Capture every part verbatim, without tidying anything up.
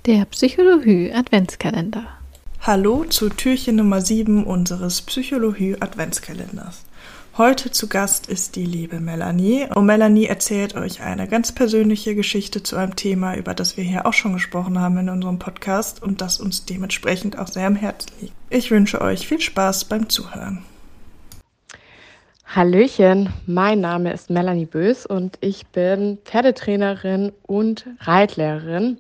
Der Psychologie Adventskalender. Hallo zu Türchen Nummer sieben unseres Psychologie Adventskalenders. Heute zu Gast ist die liebe Melanie und Melanie erzählt euch eine ganz persönliche Geschichte zu einem Thema, über das wir hier auch schon gesprochen haben in unserem Podcast und das uns dementsprechend auch sehr am Herzen liegt. Ich wünsche euch viel Spaß beim Zuhören. Hallöchen, mein Name ist Melanie Bös und ich bin Pferdetrainerin und Reitlehrerin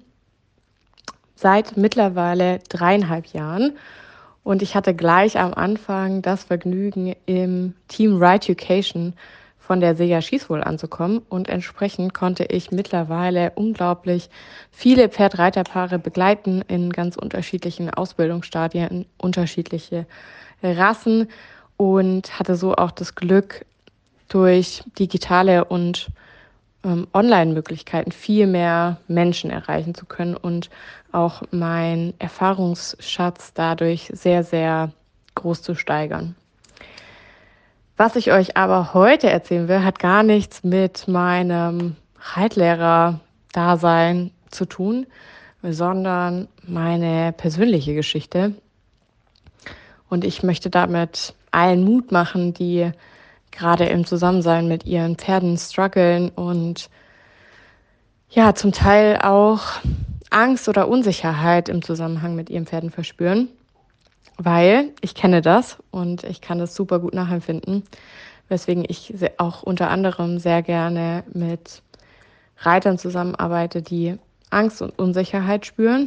seit mittlerweile dreieinhalb Jahren. Und ich hatte gleich am Anfang das Vergnügen, im Team Ride Education von der Silja Schießwohl anzukommen. Und entsprechend konnte ich mittlerweile unglaublich viele Pferd-Reiterpaare begleiten in ganz unterschiedlichen Ausbildungsstadien, unterschiedliche Rassen und hatte so auch das Glück, durch digitale und ähm, Online-Möglichkeiten viel mehr Menschen erreichen zu können und auch meinen Erfahrungsschatz dadurch sehr, sehr groß zu steigern. Was ich euch aber heute erzählen will, hat gar nichts mit meinem Reitlehrer-Dasein zu tun, sondern meine persönliche Geschichte. Und ich möchte damit allen Mut machen, die gerade im Zusammensein mit ihren Pferden strugglen und ja, zum Teil auch Angst oder Unsicherheit im Zusammenhang mit ihren Pferden verspüren, weil ich kenne das und ich kann das super gut nachempfinden, weswegen ich auch unter anderem sehr gerne mit Reitern zusammenarbeite, die Angst und Unsicherheit spüren.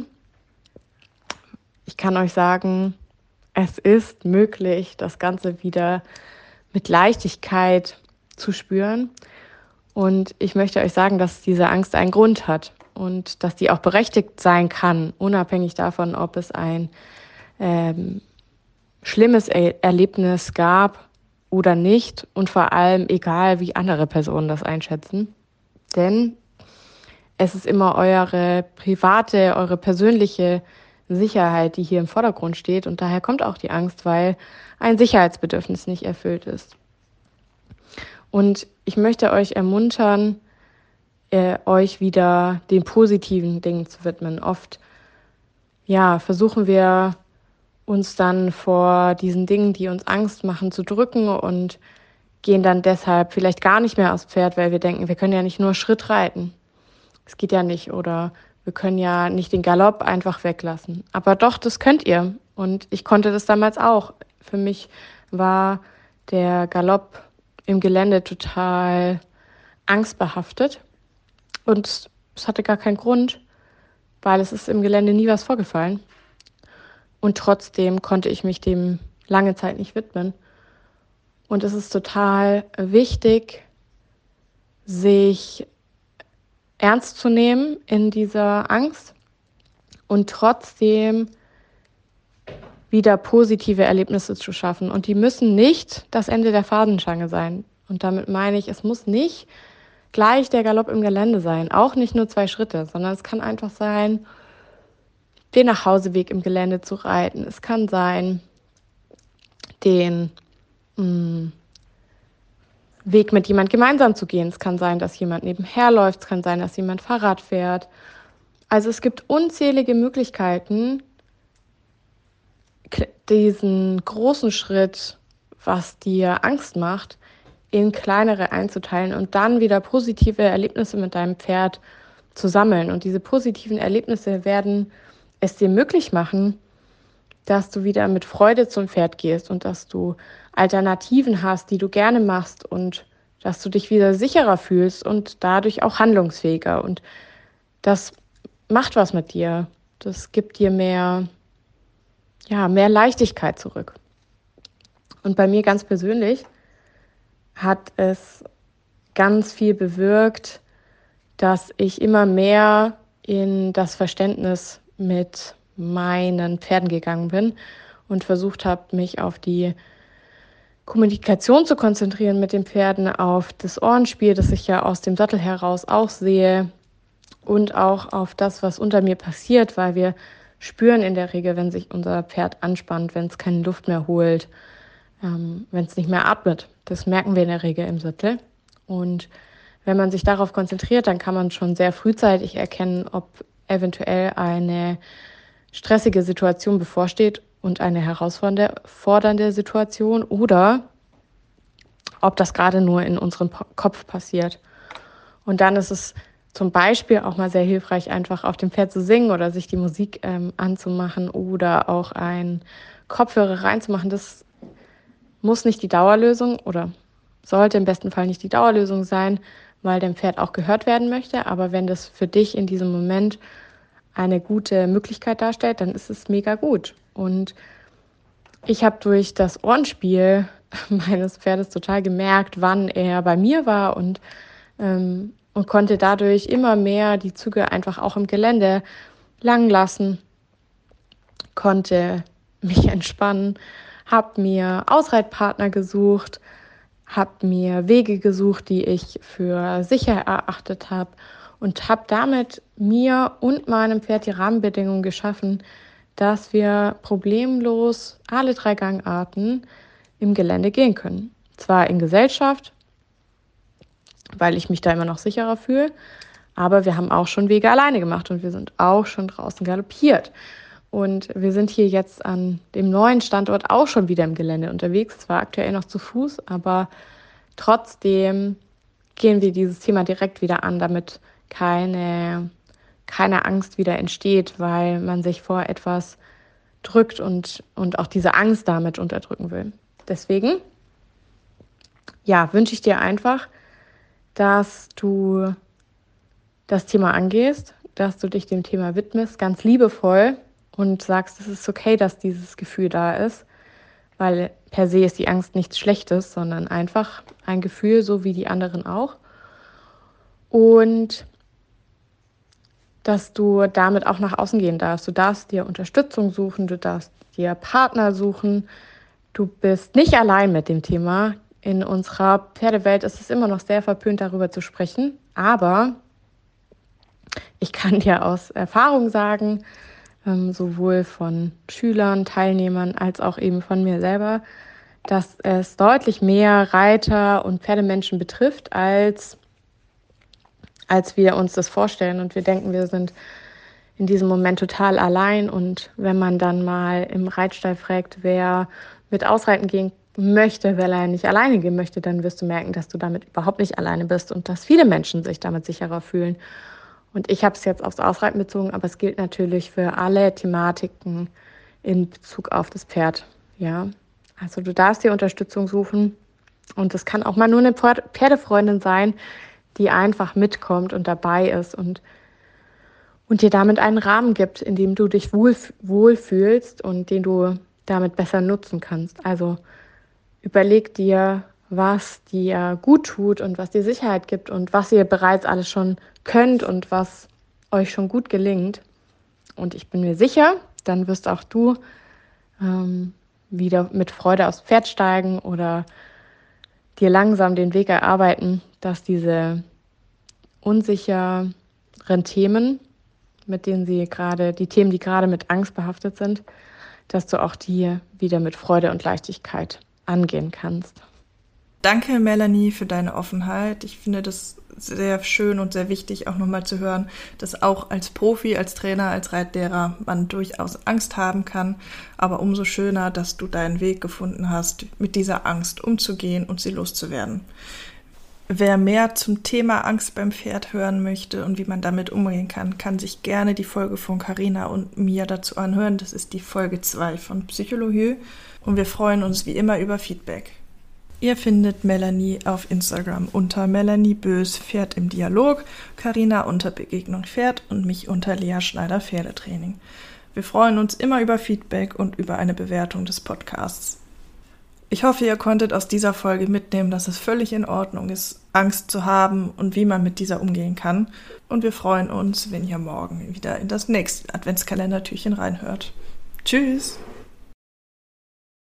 Ich kann euch sagen, es ist möglich, das Ganze wieder mit Leichtigkeit zu spüren. Und ich möchte euch sagen, dass diese Angst einen Grund hat und dass die auch berechtigt sein kann, unabhängig davon, ob es ein ähm, schlimmes er- Erlebnis gab oder nicht und vor allem egal, wie andere Personen das einschätzen. Denn es ist immer eure private, eure persönliche Sicherheit, die hier im Vordergrund steht. Und daher kommt auch die Angst, weil ein Sicherheitsbedürfnis nicht erfüllt ist. Und ich möchte euch ermuntern, äh, euch wieder den positiven Dingen zu widmen. Oft ja, versuchen wir uns dann vor diesen Dingen, die uns Angst machen, zu drücken und gehen dann deshalb vielleicht gar nicht mehr aufs Pferd, weil wir denken, wir können ja nicht nur Schritt reiten. Es geht ja nicht. Oder wir können ja nicht den Galopp einfach weglassen. Aber doch, das könnt ihr. Und ich konnte das damals auch. Für mich war der Galopp im Gelände total angstbehaftet. Und es hatte gar keinen Grund, weil es ist im Gelände nie was vorgefallen. Und trotzdem konnte ich mich dem lange Zeit nicht widmen. Und es ist total wichtig, sich ernst zu nehmen in dieser Angst und trotzdem wieder positive Erlebnisse zu schaffen. Und die müssen nicht das Ende der Fadenschange sein. Und damit meine ich, es muss nicht gleich der Galopp im Gelände sein, auch nicht nur zwei Schritte, sondern es kann einfach sein, den Nachhauseweg im Gelände zu reiten. Es kann sein, den mh, Weg mit jemand gemeinsam zu gehen. Es kann sein, dass jemand nebenher läuft. Es kann sein, dass jemand Fahrrad fährt. Also es gibt unzählige Möglichkeiten, diesen großen Schritt, was dir Angst macht, in kleinere einzuteilen und dann wieder positive Erlebnisse mit deinem Pferd zu sammeln. Und diese positiven Erlebnisse werden es dir möglich machen, dass du wieder mit Freude zum Pferd gehst und dass du Alternativen hast, die du gerne machst und dass du dich wieder sicherer fühlst und dadurch auch handlungsfähiger. Und das macht was mit dir. Das gibt dir mehr, ja, mehr Leichtigkeit zurück. Und bei mir ganz persönlich hat es ganz viel bewirkt, dass ich immer mehr in das Verständnis mit meinen Pferden gegangen bin und versucht habe, mich auf die Kommunikation zu konzentrieren mit den Pferden, auf das Ohrenspiel, das ich ja aus dem Sattel heraus auch sehe und auch auf das, was unter mir passiert, weil wir spüren in der Regel, wenn sich unser Pferd anspannt, wenn es keine Luft mehr holt, ähm, wenn es nicht mehr atmet. Das merken wir in der Regel im Sattel. Und wenn man sich darauf konzentriert, dann kann man schon sehr frühzeitig erkennen, ob eventuell eine stressige Situation bevorsteht und eine herausfordernde Situation oder ob das gerade nur in unserem Kopf passiert. Und dann ist es zum Beispiel auch mal sehr hilfreich, einfach auf dem Pferd zu singen oder sich die Musik ähm, anzumachen oder auch ein Kopfhörer reinzumachen. Das muss nicht die Dauerlösung oder sollte im besten Fall nicht die Dauerlösung sein, weil dein Pferd auch gehört werden möchte. Aber wenn das für dich in diesem Moment eine gute Möglichkeit darstellt, dann ist es mega gut. Und ich habe durch das Ohrenspiel meines Pferdes total gemerkt, wann er bei mir war und ähm, und konnte dadurch immer mehr die Züge einfach auch im Gelände lang lassen, konnte mich entspannen, habe mir Ausreitpartner gesucht, habe mir Wege gesucht, die ich für sicher erachtet habe und habe damit mir und meinem Pferd die Rahmenbedingungen geschaffen, dass wir problemlos alle drei Gangarten im Gelände gehen können. Zwar in Gesellschaft, weil ich mich da immer noch sicherer fühle. Aber wir haben auch schon Wege alleine gemacht und wir sind auch schon draußen galoppiert. Und wir sind hier jetzt an dem neuen Standort auch schon wieder im Gelände unterwegs, zwar aktuell noch zu Fuß, aber trotzdem gehen wir dieses Thema direkt wieder an, damit keine, keine Angst wieder entsteht, weil man sich vor etwas drückt und, und auch diese Angst damit unterdrücken will. Deswegen, ja, wünsche ich dir einfach, dass du das Thema angehst, dass du dich dem Thema widmest, ganz liebevoll und sagst, es ist okay, dass dieses Gefühl da ist, weil per se ist die Angst nichts Schlechtes, sondern einfach ein Gefühl, so wie die anderen auch. Und dass du damit auch nach außen gehen darfst. Du darfst dir Unterstützung suchen, du darfst dir Partner suchen. Du bist nicht allein mit dem Thema. In unserer Pferdewelt ist es immer noch sehr verpönt, darüber zu sprechen. Aber ich kann dir aus Erfahrung sagen, ähm, sowohl von Schülern, Teilnehmern als auch eben von mir selber, dass es deutlich mehr Reiter und Pferdemenschen betrifft, als, als wir uns das vorstellen. Und wir denken, wir sind in diesem Moment total allein. Und wenn man dann mal im Reitstall fragt, wer mit ausreiten gehen möchte, weil er nicht alleine gehen möchte, dann wirst du merken, dass du damit überhaupt nicht alleine bist und dass viele Menschen sich damit sicherer fühlen. Und ich habe es jetzt aufs Ausreiten bezogen, aber es gilt natürlich für alle Thematiken in Bezug auf das Pferd. Ja, also du darfst dir Unterstützung suchen und das kann auch mal nur eine Pferdefreundin sein, die einfach mitkommt und dabei ist und, und dir damit einen Rahmen gibt, in dem du dich wohl, wohlfühlst und den du damit besser nutzen kannst. Also überleg dir, was dir gut tut und was dir Sicherheit gibt und was ihr bereits alles schon könnt und was euch schon gut gelingt. Und ich bin mir sicher, dann wirst auch du ähm, wieder mit Freude aufs Pferd steigen oder dir langsam den Weg erarbeiten, dass diese unsicheren Themen, mit denen sie gerade, die Themen, die gerade mit Angst behaftet sind, dass du auch die wieder mit Freude und Leichtigkeit angehen kannst. Danke, Melanie, für deine Offenheit. Ich finde das sehr schön und sehr wichtig, auch nochmal zu hören, dass auch als Profi, als Trainer, als Reitlehrer man durchaus Angst haben kann. Aber umso schöner, dass du deinen Weg gefunden hast, mit dieser Angst umzugehen und sie loszuwerden. Wer mehr zum Thema Angst beim Pferd hören möchte und wie man damit umgehen kann, kann sich gerne die Folge von Carina und mir dazu anhören. Das ist die Folge zwei von Psychologie und wir freuen uns wie immer über Feedback. Ihr findet Melanie auf Instagram unter Melanie Bös Pferd im Dialog, Carina unter Begegnung Pferd und mich unter Lea Schneider Pferdetraining. Wir freuen uns immer über Feedback und über eine Bewertung des Podcasts. Ich hoffe, ihr konntet aus dieser Folge mitnehmen, dass es völlig in Ordnung ist, Angst zu haben und wie man mit dieser umgehen kann. Und wir freuen uns, wenn ihr morgen wieder in das nächste Adventskalendertürchen reinhört. Tschüss!